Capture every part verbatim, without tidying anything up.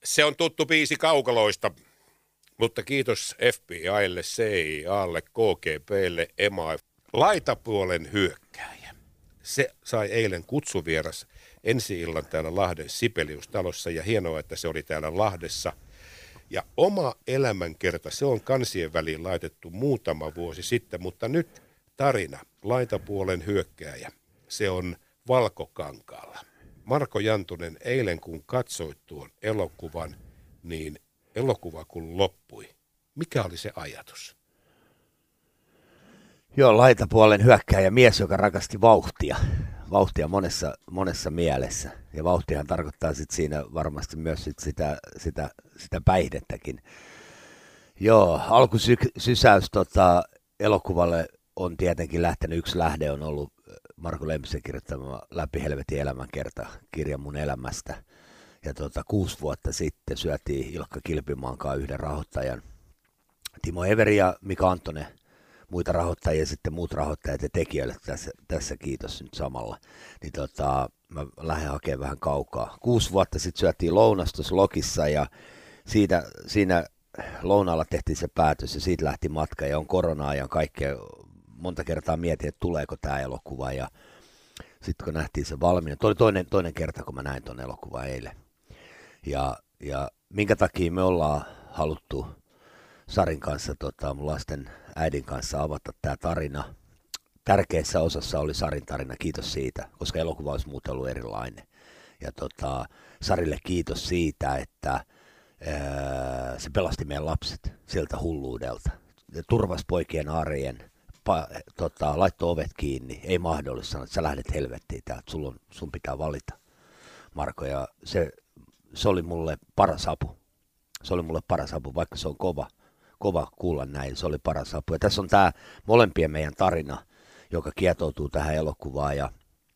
Se on tuttu biisi kaukaloista, mutta kiitos F B I:lle, C I A:lle, K G B:lle, E M A. Laitapuolen hyökkääjä. Se sai eilen kutsuvieras ensi-illan täällä Lahden Sibelius-talossa ja hienoa, että se oli täällä Lahdessa. Ja oma elämänkerta, se on kansien väliin laitettu muutama vuosi sitten, mutta nyt tarina, laitapuolen hyökkääjä, se on Valkokankaalla. Marko Jantunen, eilen kun katsoit tuon elokuvan, niin elokuva kun loppui, mikä oli se ajatus? Joo, laitapuolen hyökkääjä mies, joka rakasti vauhtia. Vauhtia monessa, monessa mielessä. Ja vauhtihan tarkoittaa sit siinä varmasti myös sit sitä, sitä, sitä päihdettäkin. Joo, alkusysäys tota, elokuvalle on tietenkin lähtenyt. Yksi lähde on ollut Marko Lempisen kirjoittama Läpi helvetin elämänkerta, kirja mun elämästä. Ja tota, kuusi vuotta sitten syötiin Ilkka Kilpimaankaan yhden rahoittajan, Timo Everi ja Mika Anttonen, muita rahoittajia ja sitten muut rahoittajat ja tekijöille tässä, tässä kiitos nyt samalla. Niin tota, mä lähden hakemaan vähän kaukaa. Kuusi vuotta sitten syötiin lounas tuossa Lokissa ja siitä, siinä lounaalla tehtiin se päätös ja siitä lähti matka ja on koronaa ja kaikkea. Monta kertaa mietin, että tuleeko tämä elokuva ja sitten kun nähtiin se valmiina, toi oli toinen, toinen kerta kun mä näin tuon elokuvan eilen. Ja, ja minkä takia me ollaan haluttu Sarin kanssa, tota, mun lasten äidin kanssa avata tämä tarina. Tärkeässä osassa oli Sarin tarina, kiitos siitä, koska elokuva olisi muuten ollut erilainen. Ja tota, Sarille kiitos siitä, että ää, se pelasti meidän lapset siltä hulluudelta. Turvasi poikien arjen, pa, tota, laittoi ovet kiinni, ei mahdollista sanoa, että sä lähdet helvettiin täältä, sun, on, sun pitää valita, Marko. Ja se, se oli mulle paras apu. Se oli mulle paras apu, vaikka se on kova. Kova kuulla näin, se oli paras apu. Ja tässä on tämä molempien meidän tarina, joka kietoutuu tähän elokuvaan. Ja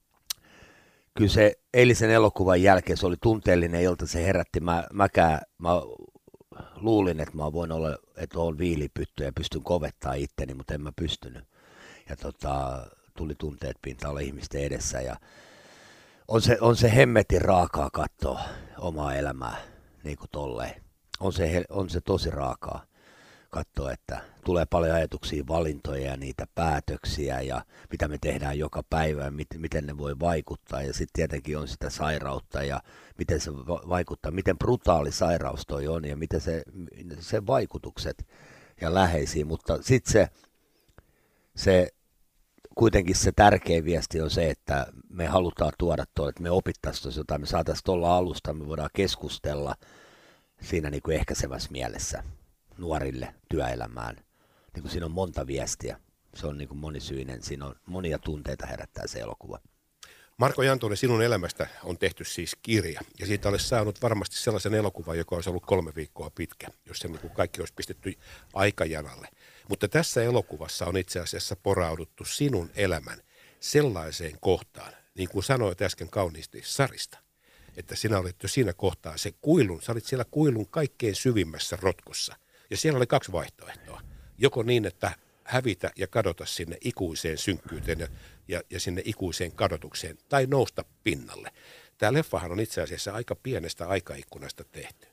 kyllä se eilisen elokuvan jälkeen, se oli tunteellinen ilta, se herätti. Mä, mäkään, mä luulin, että mä voin olla, että olen viilipytty ja pystyn kovettaa itteni, mutta en mä pystynyt. Ja tota, tuli tunteet pintalle ihmisten edessä. Ja on se, on se hemmetin raakaa katsoa omaa elämää, niin kuin tolleen. On se, on se tosi raakaa. Katsoa, että tulee paljon ajatuksia, valintoja ja niitä päätöksiä ja mitä me tehdään joka päivä ja mit, miten ne voi vaikuttaa. Ja sitten tietenkin on sitä sairautta ja miten se vaikuttaa, miten brutaali sairaus toi on ja miten se, se vaikutukset ja läheisiä. Mutta sitten se, se, kuitenkin se tärkein viesti on se, että me halutaan tuoda tuo, että me opittaisiin jotain, me saataisiin tuolla alusta, me voidaan keskustella siinä niin kuin ehkäisevässä mielessä nuorille työelämään. Niin kuin siinä on monta viestiä. Se on niin kuin monisyinen. Siinä on monia tunteita herättää se elokuva. Marko Jantunen, sinun elämästä on tehty siis kirja. Ja siitä olisi saanut varmasti sellaisen elokuvan, joka olisi ollut kolme viikkoa pitkä, jos se niin kuin kaikki olisi pistetty aikajanalle. Mutta tässä elokuvassa on itse asiassa porauduttu sinun elämän sellaiseen kohtaan, niin kuin sanoit äsken kauniisti Sarista, että sinä olit jo siinä kohtaa se kuilun, sä olit siellä kuilun kaikkein syvimmässä rotkossa. Ja siellä oli kaksi vaihtoehtoa. Joko niin, että hävitä ja kadota sinne ikuiseen synkkyyteen ja, ja, ja sinne ikuiseen kadotukseen, tai nousta pinnalle. Tämä leffahan on itse asiassa aika pienestä aikaikkunasta tehty.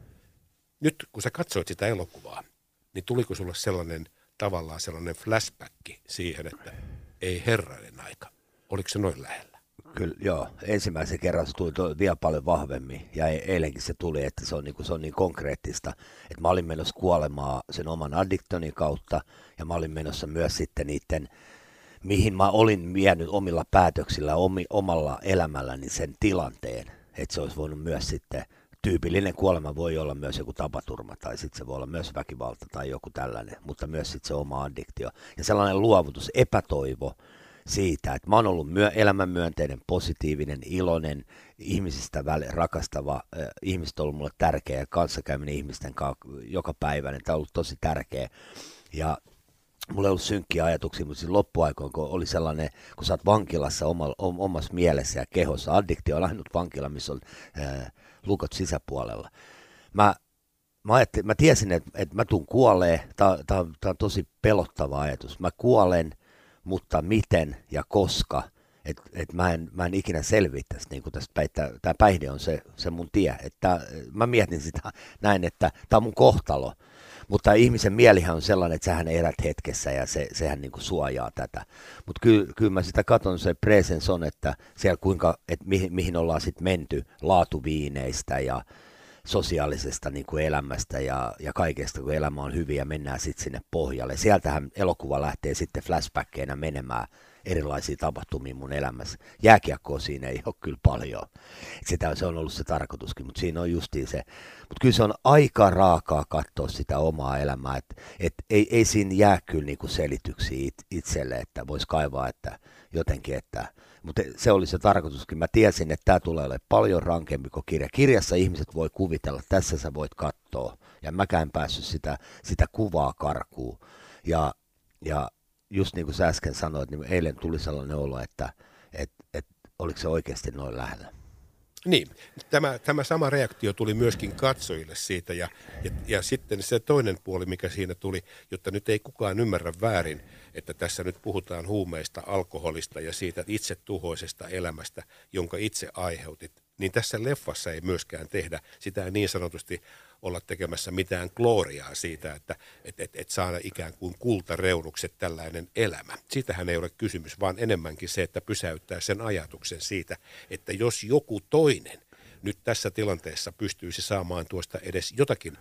Nyt kun sä katsoit sitä elokuvaa, niin tuliko sulle sellainen tavallaan sellainen flashback siihen, että ei herranen aika. Oliko se noin lähellä? Kyllä, joo. Ensimmäisen kerran se tuli vielä paljon vahvemmin ja eilenkin se tuli, että se on, niin kuin, se on niin konkreettista, että mä olin menossa kuolemaan sen oman addiktonin kautta ja mä olin menossa myös sitten niiden, mihin mä olin vienyt omilla päätöksillä, omi, omalla elämälläni sen tilanteen, että se olisi voinut myös sitten, tyypillinen kuolema voi olla myös joku tapaturma tai sitten se voi olla myös väkivalta tai joku tällainen, mutta myös sitten se oma addiktio ja sellainen luovutus, epätoivo, siitä, että mä oon ollut myö- elämänmyönteinen, positiivinen, iloinen, ihmisistä väli, rakastava, äh, ihmiset on ollut mulle tärkeä, kanssakäyminen ihmisten kanssa joka päivä, niin tämä on ollut tosi tärkeä. Ja mulla ei ollut synkkiä ajatuksia, mutta siinä loppuaikoina, kun oli sellainen, kun sä oot vankilassa oma, om, omassa mielessä ja kehossa, addiktio on ainut vankila, missä on äh, lukot sisäpuolella. Mä Mä, mä tiesin, että, että mä tuun kuolee, tämä on tosi pelottava ajatus, mä kuolen, mutta miten ja koska, Et, et mä, en, mä en ikinä selviä tästä, niin kuin tästä tämä päihde on se, se mun tie. Että mä mietin sitä näin, että tämä on mun kohtalo, mutta ihmisen mielihän on sellainen, että sähän elät hetkessä ja se, sehän niin kuin suojaa tätä. Mutta kyllä, kyllä mä sitä katson, se presence on, että siellä kuinka, että mihin, mihin ollaan sitten menty laatuviineistä ja sosiaalisesta niin kuin elämästä ja, ja kaikesta, kun elämä on hyvin ja mennään sitten sinne pohjalle. Sieltähän elokuva lähtee sitten flashbackeina menemään erilaisia tapahtumia mun elämässä. Jääkiekkoa siinä ei ole kyllä paljon. Sitä, se on ollut se tarkoituskin, mutta siinä on justiin se. Mutta kyllä se on aika raakaa katsoa sitä omaa elämää. Et, et ei, ei siinä jää kyllä niinku selityksiä it, itselle, että voisi kaivaa, että jotenkin, että mutta se oli se tarkoituskin. Mä tiesin, että tämä tulee olemaan paljon rankempi kuin kirja. Kirjassa ihmiset voi kuvitella, tässä sä voit katsoa. Ja mäkään en päässyt sitä, sitä kuvaa karkuun. Ja, ja just niin kuin sä äsken sanoit, niin eilen tuli sellainen olo, että et, et, oliko se oikeasti noin lähellä. Niin, tämä, tämä sama reaktio tuli myöskin katsojille siitä ja, ja, ja sitten se toinen puoli, mikä siinä tuli, jotta nyt ei kukaan ymmärrä väärin, että tässä nyt puhutaan huumeista, alkoholista ja siitä itsetuhoisesta elämästä, jonka itse aiheutit, niin tässä leffassa ei myöskään tehdä sitä niin sanotusti olla tekemässä mitään gloriaa siitä, että et, et, et saada ikään kuin kultareunukset tällainen elämä. Siitähän ei ole kysymys, vaan enemmänkin se, että pysäyttää sen ajatuksen siitä, että jos joku toinen nyt tässä tilanteessa pystyisi saamaan tuosta edes jotakin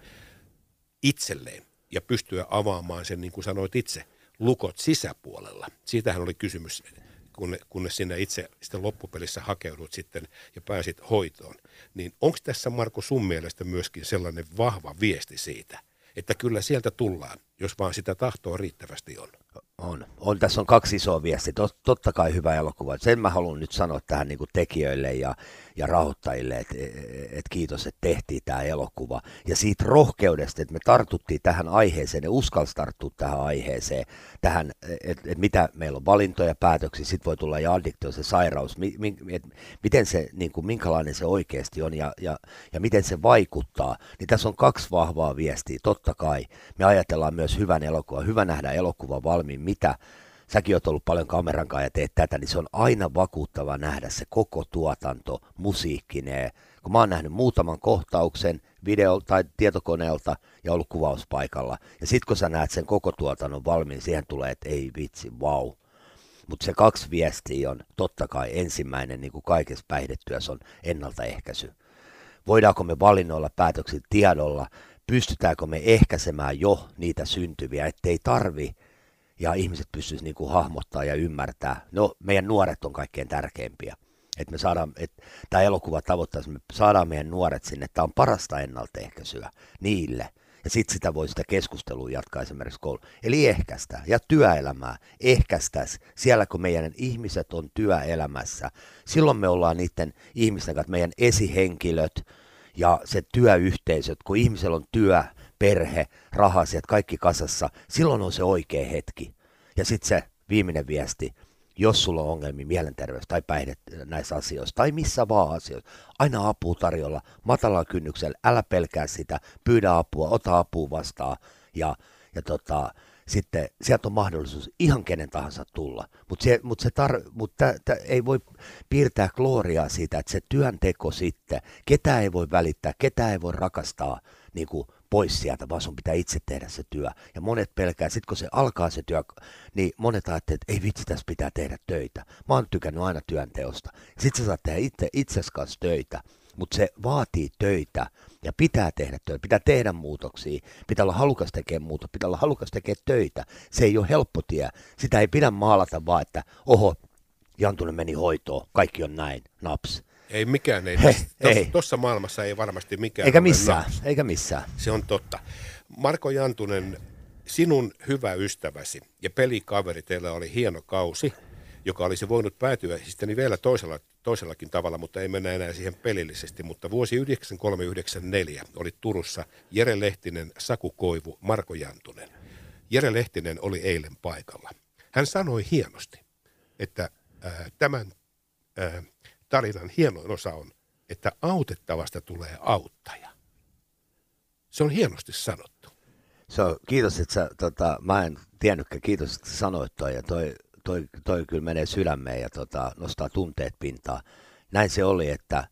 itselleen ja pystyä avaamaan sen, niin kuin sanoit itse, lukot sisäpuolella. Siitähän oli kysymys, kun, kunnes sinä itse sitten loppupelissä hakeudut sitten ja pääsit hoitoon. Niin onko tässä, Marko, sun mielestä myöskin sellainen vahva viesti siitä, että kyllä sieltä tullaan, jos vaan sitä tahtoa riittävästi on? On. on. Tässä on kaksi isoa viestiä. Tot, totta kai hyvä elokuva. Sen mä haluan nyt sanoa tähän niin kuin tekijöille ja, ja rahoittajille, että et kiitos, että tehtiin tämä elokuva. Ja siitä rohkeudesta, että me tartuttiin tähän aiheeseen, ne uskalsi tarttua tähän aiheeseen, tähän, että et mitä meillä on valintoja, päätöksiä, sitten voi tulla ja addiktio, se sairaus, mi, mi, et, miten se, niin kuin, minkälainen se oikeasti on ja, ja, ja miten se vaikuttaa. Niin tässä on kaksi vahvaa viestiä. Totta kai me ajatellaan myös hyvän elokuvan, hyvä nähdä elokuva valmiin, mitä säkin oot ollut paljon kameran kanssa ja teet tätä, niin se on aina vakuuttava nähdä se koko tuotanto musiikkineen. Kun mä oon nähnyt muutaman kohtauksen video- tai tietokoneelta ja ollut kuvauspaikalla, ja sit kun sä näet sen koko tuotannon valmiin, siihen tulee, että ei vitsi, vau. Wow. Mutta se kaksi viestiä on totta kai ensimmäinen, niin kuin kaikessa päihdetyössä on ennaltaehkäisy. Voidaanko me valinnoilla, päätöksillä, tiedolla, pystytäänkö me ehkäisemään jo niitä syntyviä, ettei tarvi ja ihmiset pystyisivät niin kuin hahmottaa ja ymmärtää. No, meidän nuoret on kaikkein tärkeimpiä. Että me saadaan, että tämä elokuva tavoittaa, että me saadaan meidän nuoret sinne, että tämä on parasta ennaltaehkäisyä niille. Ja sitten sitä voi sitä keskustelua jatkaa esimerkiksi kouluun. Eli ehkäistä ja työelämää ehkäistäisi siellä, kun meidän ihmiset on työelämässä. Silloin me ollaan niiden ihmisten kanssa, meidän esihenkilöt ja se työyhteisöt, kun ihmisellä on työ, perhe, rahasiat, kaikki kasassa, silloin on se oikea hetki. Ja sitten se viimeinen viesti, jos sulla on ongelmia mielenterveys tai päihdet näissä asioissa, tai missä vaan asioissa, aina apua tarjolla, matalalla kynnyksellä, älä pelkää sitä, pyydä apua, ota apua vastaan, ja, ja tota, sitten sieltä on mahdollisuus ihan kenen tahansa tulla. Mutta mut se tar- mut tä, tä, ei voi piirtää gloriaa siitä, että se työnteko sitten, ketään ei voi välittää, ketään ei voi rakastaa, niin kuin pois sieltä, vaan sun pitää itse tehdä se työ. Ja monet pelkää, sit kun se alkaa se työ, niin monet ajattelee, että ei vitsi, tässä pitää tehdä töitä. Mä oon tykännyt aina työnteosta. Sitten sä saat tehdä itse, itses kanssa töitä, mutta se vaatii töitä ja pitää tehdä töitä, pitää tehdä muutoksia, pitää olla halukas tekemään muuta, pitää olla halukas tekemään töitä. Se ei ole helppo tie. Sitä ei pidä maalata vaan, että oho, Jantunen meni hoitoon, kaikki on näin, naps. Ei mikään, ei. Tuossa maailmassa ei varmasti mikään eikä missään, naps. Eikä missään. Se on totta. Marko Jantunen, sinun hyvä ystäväsi ja pelikaveri, teillä oli hieno kausi, joka olisi voinut päätyä sitten vielä toisella, toisellakin tavalla, mutta ei mennä enää siihen pelillisesti. Mutta vuosi yhdeksänkymmentäkolme yhdeksänkymmentäneljä oli Turussa Jere Lehtinen, Saku Koivu, Marko Jantunen. Jere Lehtinen oli eilen paikalla. Hän sanoi hienosti, että äh, tämän äh, tarinan hienoin osa on, että autettavasta tulee auttaja. Se on hienosti sanottu. So, kiitos, että sä, tota, mä en tiennytkään, kiitos, että sä sanoit toi. Ja toi, toi, toi kyllä menee sydämeen ja tota, nostaa tunteet pintaan. Näin se oli, että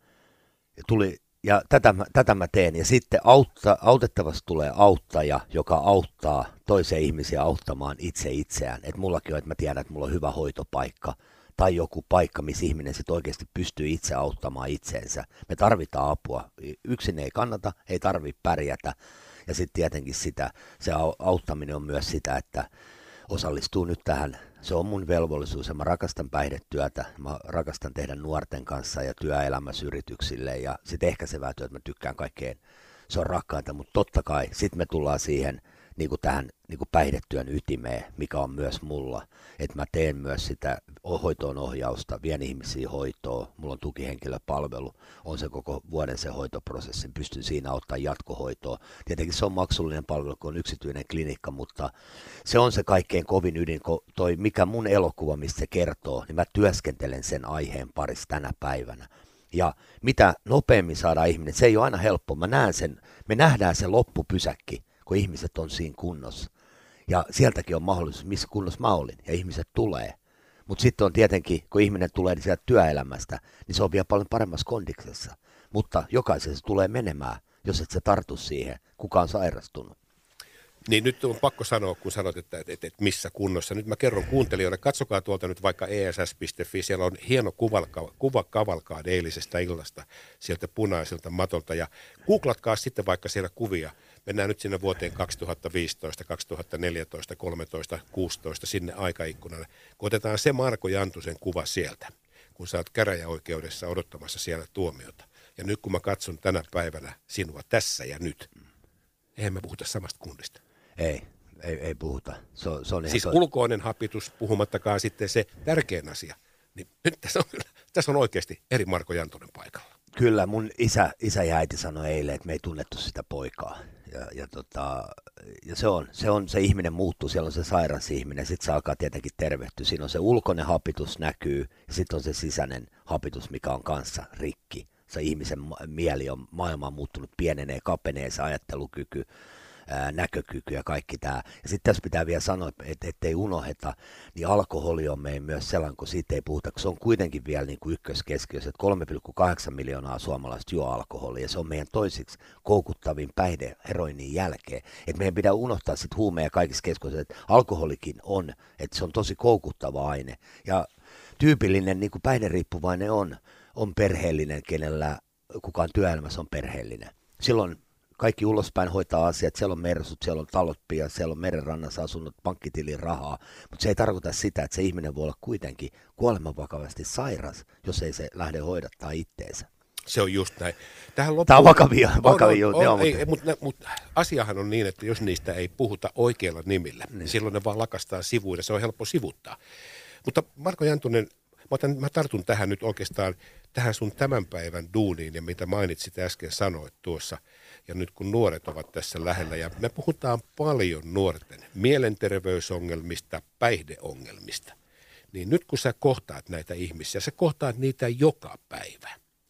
tuli, ja tätä, tätä mä teen. Ja sitten autta, autettavasti tulee auttaja, joka auttaa toisia ihmisiä auttamaan itse itseään. Että mullakin on, että mä tiedän, että mulla on hyvä hoitopaikka tai joku paikka, missä ihminen sitten oikeasti pystyy itse auttamaan itseensä. Me tarvitaan apua. Yksin ei kannata, ei tarvitse pärjätä. Ja sitten tietenkin sitä, se auttaminen on myös sitä, että osallistuu nyt tähän. Se on mun velvollisuus ja mä rakastan päihdetyötä. Mä rakastan tehdä nuorten kanssa ja työelämässä yrityksille ja sitten ehkäisevää työtä. Mä tykkään kaikkeen. Se on rakkainta, mutta totta kai sitten me tullaan siihen niin kuin tähän niin kuin päihdetyön ytimeen, mikä on myös mulla. Että mä teen myös sitä hoitoon ohjausta, vien ihmisiä hoitoon. Mulla on tukihenkilöpalvelu, on se koko vuoden se hoitoprosessi. Pystyn siinä ottaa jatkohoitoa. Tietenkin se on maksullinen palvelu, kun on yksityinen klinikka, mutta se on se kaikkein kovin ydin. Toi, mikä mun elokuva, mistä se kertoo, niin mä työskentelen sen aiheen parissa tänä päivänä. Ja mitä nopeammin saadaan ihminen, se ei ole aina helppo. Mä näen sen, me nähdään se loppupysäkki, kun ihmiset on siinä kunnossa. Ja sieltäkin on mahdollisuus, missä kunnossa mä olin, ja ihmiset tulee. Mutta sitten on tietenkin, kun ihminen tulee niin sieltä työelämästä, niin se on vielä paljon paremmassa kondiksessa. Mutta jokaisen se tulee menemään, jos et se tartu siihen, kuka on sairastunut. Niin nyt on pakko sanoa, kun sanot, että, että, että, että missä kunnossa. Nyt mä kerron kuuntelijoille, katsokaa tuolta nyt vaikka e s s piste f i, siellä on hieno kuvalka, kuvakavalkaa eilisestä illasta sieltä punaiselta matolta. Ja googlatkaa sitten vaikka siellä kuvia. Mennään nyt sinne vuoteen kaksituhattaviisitoista, kaksituhattaneljätoista, kolmetoista, kuusitoista sinne aikaikkunalle. Kun otetaan se Marko Jantusen kuva sieltä, kun sä oot käräjäoikeudessa odottamassa siellä tuomiota. Ja nyt kun mä katson tänä päivänä sinua tässä ja nyt, eihän me puhuta samasta kundista. Ei, ei, ei puhuta. Se on, se on siis to... ulkoinen hapitus, puhumattakaan sitten se tärkein asia. Niin nyt tässä on, tässä on oikeasti eri Marko Jantunen paikalla. Kyllä, mun isä, isä ja äiti sanoi eilen, että me ei tunnettu sitä poikaa. Ja, ja, tota, ja se, on, se on se ihminen muuttuu, siellä on se sairas ihminen, sitten se alkaa tietenkin tervehtyä. Siinä on se ulkoinen hapitus näkyy ja sitten on se sisäinen hapitus, mikä on kanssa rikki. Se ihmisen mieli on, maailma on muuttunut, pienenee, kapenee se ajattelukyky, ää, näkökyky ja kaikki tämä. Ja sitten tässä pitää vielä sanoa, että ettei unoheta, niin alkoholi on meidän myös sellainen, kun siitä ei puhuta, kun se on kuitenkin vielä niin kuin ykköskeskiössä, että kolme pilkku kahdeksan miljoonaa suomalaista juo alkoholia, ja se on meidän toisiksi koukuttavin päihde heroinin jälkeen. Että meidän pitää unohtaa sitten huumeja kaikissa keskusteluissa, että alkoholikin on, että se on tosi koukuttava aine. Ja tyypillinen niin kuin päihderiippuvainen on, on perheellinen, kenellä kukaan työelämässä on perheellinen. Silloin kaikki ulospäin hoitaa asiat, siellä on mersut, siellä on talot pia, siellä on merenrannassa asunnot, pankkitilin rahaa, mutta se ei tarkoita sitä, että se ihminen voi olla kuitenkin kuolemanvakavasti sairas, jos ei se lähde hoidattaa itteensä. Se on just näin. Tähän loppuun... Tämä on vakavia, vakavia on, on, on, on, ei, mutta, mutta asiahan on niin, että jos niistä ei puhuta oikealla nimillä, niin, niin silloin ne vaan lakastaa sivuille, se on helppo sivuttaa. Mutta Marko Jantunen, mä, otan, mä tartun tähän nyt oikeastaan, tähän sun tämän päivän duuniin ja mitä mainitsit äsken sanoit tuossa. Ja nyt kun nuoret ovat tässä lähellä ja me puhutaan paljon nuorten mielenterveysongelmista, päihdeongelmista, niin nyt kun sä kohtaat näitä ihmisiä, sä kohtaat niitä joka päivä,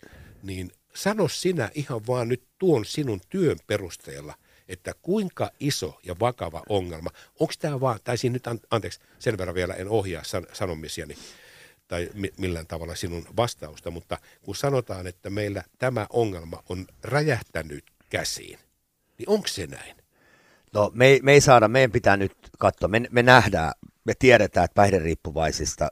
niin sano sinä ihan vaan nyt tuon sinun työn perusteella, että kuinka iso ja vakava ongelma, onko tämä vaan, tai siinä nyt, anteeksi, sen verran vielä en ohjaa san, sanomisiani, tai millään tavalla sinun vastausta, mutta kun sanotaan, että meillä tämä ongelma on räjähtänyt käsiin, niin onko se näin? No me ei, me ei saada, meidän pitää nyt katsoa, me, me nähdään, me tiedetään, että päihderiippuvaisista,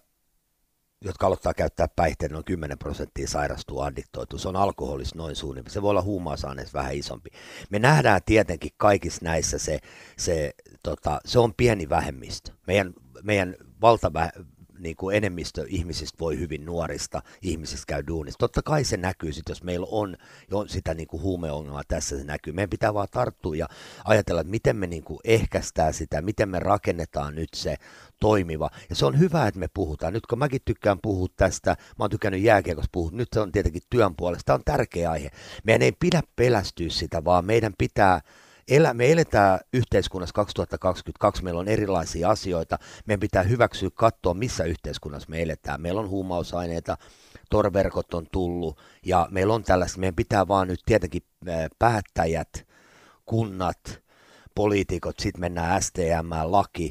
jotka aloittaa käyttää päihteitä, noin kymmenen prosenttia sairastuu addiktoituu. Se on alkoholissa noin suunnilleen. Se voi olla huumausaineessa vähän isompi. Me nähdään tietenkin kaikissa näissä se, se, tota, se on pieni vähemmistö. Meidän, meidän valtavä niin kuin enemmistö ihmisistä voi hyvin nuorista, ihmisistä käy duunissa. Totta kai se näkyy sitten, jos meillä on jo sitä niin kuin huumeongelmaa, tässä se näkyy. Meidän pitää vaan tarttua ja ajatella, että miten me niin kuin ehkäistään sitä, miten me rakennetaan nyt se toimiva. Ja se on hyvä, että me puhutaan. Nyt kun mäkin tykkään puhua tästä, mä oon tykännyt jääkiekossa puhua, nyt se on tietenkin työn puolesta. Tämä on tärkeä aihe. Meidän ei pidä pelästyä sitä, vaan meidän pitää Elä, me eletään yhteiskunnassa kaksituhattakaksikymmentäkaksi, meillä on erilaisia asioita, meidän pitää hyväksyä, katsoa missä yhteiskunnassa me eletään. Meillä on huumausaineita, torverkot on tullut ja meillä on tällaista, meidän pitää vaan nyt tietenkin päättäjät, kunnat, poliitikot, sitten mennään S T M, laki,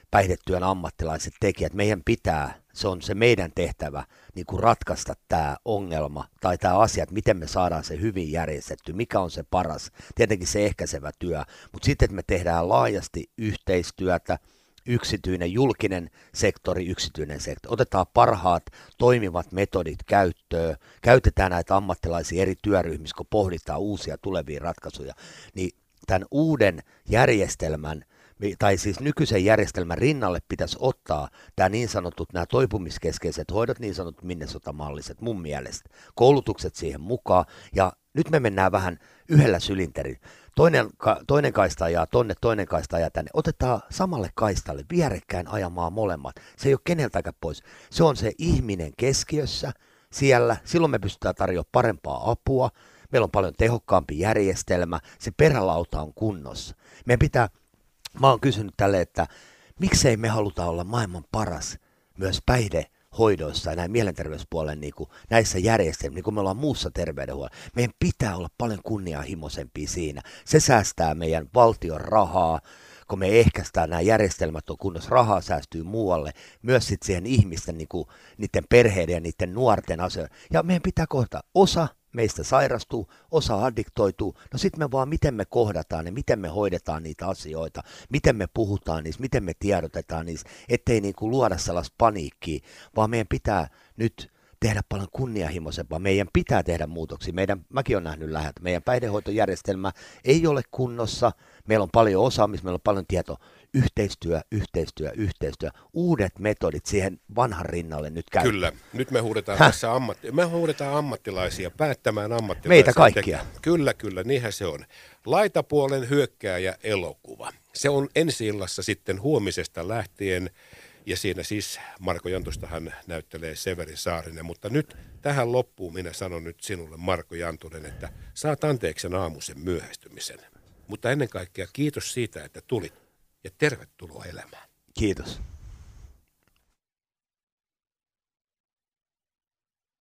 päihdetyön ammattilaiset tekijät, meidän pitää, se on se meidän tehtävä, niin kuin ratkaista tämä ongelma tai tämä asia, että miten me saadaan se hyvin järjestetty, mikä on se paras, tietenkin se ehkäisevä työ, mutta sitten, että me tehdään laajasti yhteistyötä, yksityinen, julkinen sektori, yksityinen sektori. Otetaan parhaat toimivat metodit käyttöön, käytetään näitä ammattilaisia eri työryhmissä, kun pohditaan uusia tulevia ratkaisuja, niin tämän uuden järjestelmän, tai siis nykyisen järjestelmän rinnalle pitäisi ottaa tämä niin sanotut, nämä toipumiskeskeiset hoidot, niin sanotut Minnesota-malliset mun mielestä, koulutukset siihen mukaan, ja nyt me mennään vähän yhdellä sylinterin. Toinen, toinen kaista ajaa tonne, toinen kaista ajaa tänne. Otetaan samalle kaistalle vierekkäin ajamaan molemmat. Se ei ole keneltäkään pois. Se on se ihminen keskiössä siellä. Silloin me pystytään tarjoamaan parempaa apua. Meillä on paljon tehokkaampi järjestelmä. Se perälauta on kunnossa. Meidän pitää, mä oon kysynyt tälle, että miksei me haluta olla maailman paras myös päihdehoidoissa ja näin mielenterveyspuolen niin kuin näissä järjestelmissä, niin kuin me ollaan muussa terveydenhuollossa. Meidän pitää olla paljon kunnianhimoisempia siinä. Se säästää meidän valtion rahaa, kun me ehkäistään nämä järjestelmät on kunnossa, rahaa säästyy muualle, myös sitten siihen ihmisten, niin kuin, niiden perheiden ja niiden nuorten asioita. Ja meidän pitää kohdata osa meistä sairastuu, osa addiktoituu, no sitten me vaan miten me kohdataan ja miten me hoidetaan niitä asioita, miten me puhutaan niistä, miten me tiedotetaan niistä, ettei niin kuin luoda sellaista paniikkiä, vaan meidän pitää nyt tehdä paljon kunnianhimoisempaa, meidän pitää tehdä muutoksia, meidän, mäkin olen nähnyt läheltä, meidän päihdehoitojärjestelmä ei ole kunnossa, meillä on paljon osaamista, meillä on paljon tietoa, yhteistyö, yhteistyö, yhteistyö, uudet metodit siihen vanhan rinnalle nyt käytetään. Kyllä, nyt me huudetaan Häh? tässä ammatti, me huudetaan ammattilaisia, päättämään ammattilaisia. Meitä kaikkia. Tekemään. Kyllä, kyllä, niinhän se on. Laitapuolen hyökkääjä elokuva. Se on ensi illassa sitten huomisesta lähtien, ja siinä siis Marko Jantustahan näyttelee Severi Saarinen, mutta nyt tähän loppuun minä sanon nyt sinulle Marko Jantunen, että saat anteeksi aamuisen myöhästymisen. Mutta ennen kaikkea kiitos siitä, että tulit ja tervetuloa elämään. Kiitos.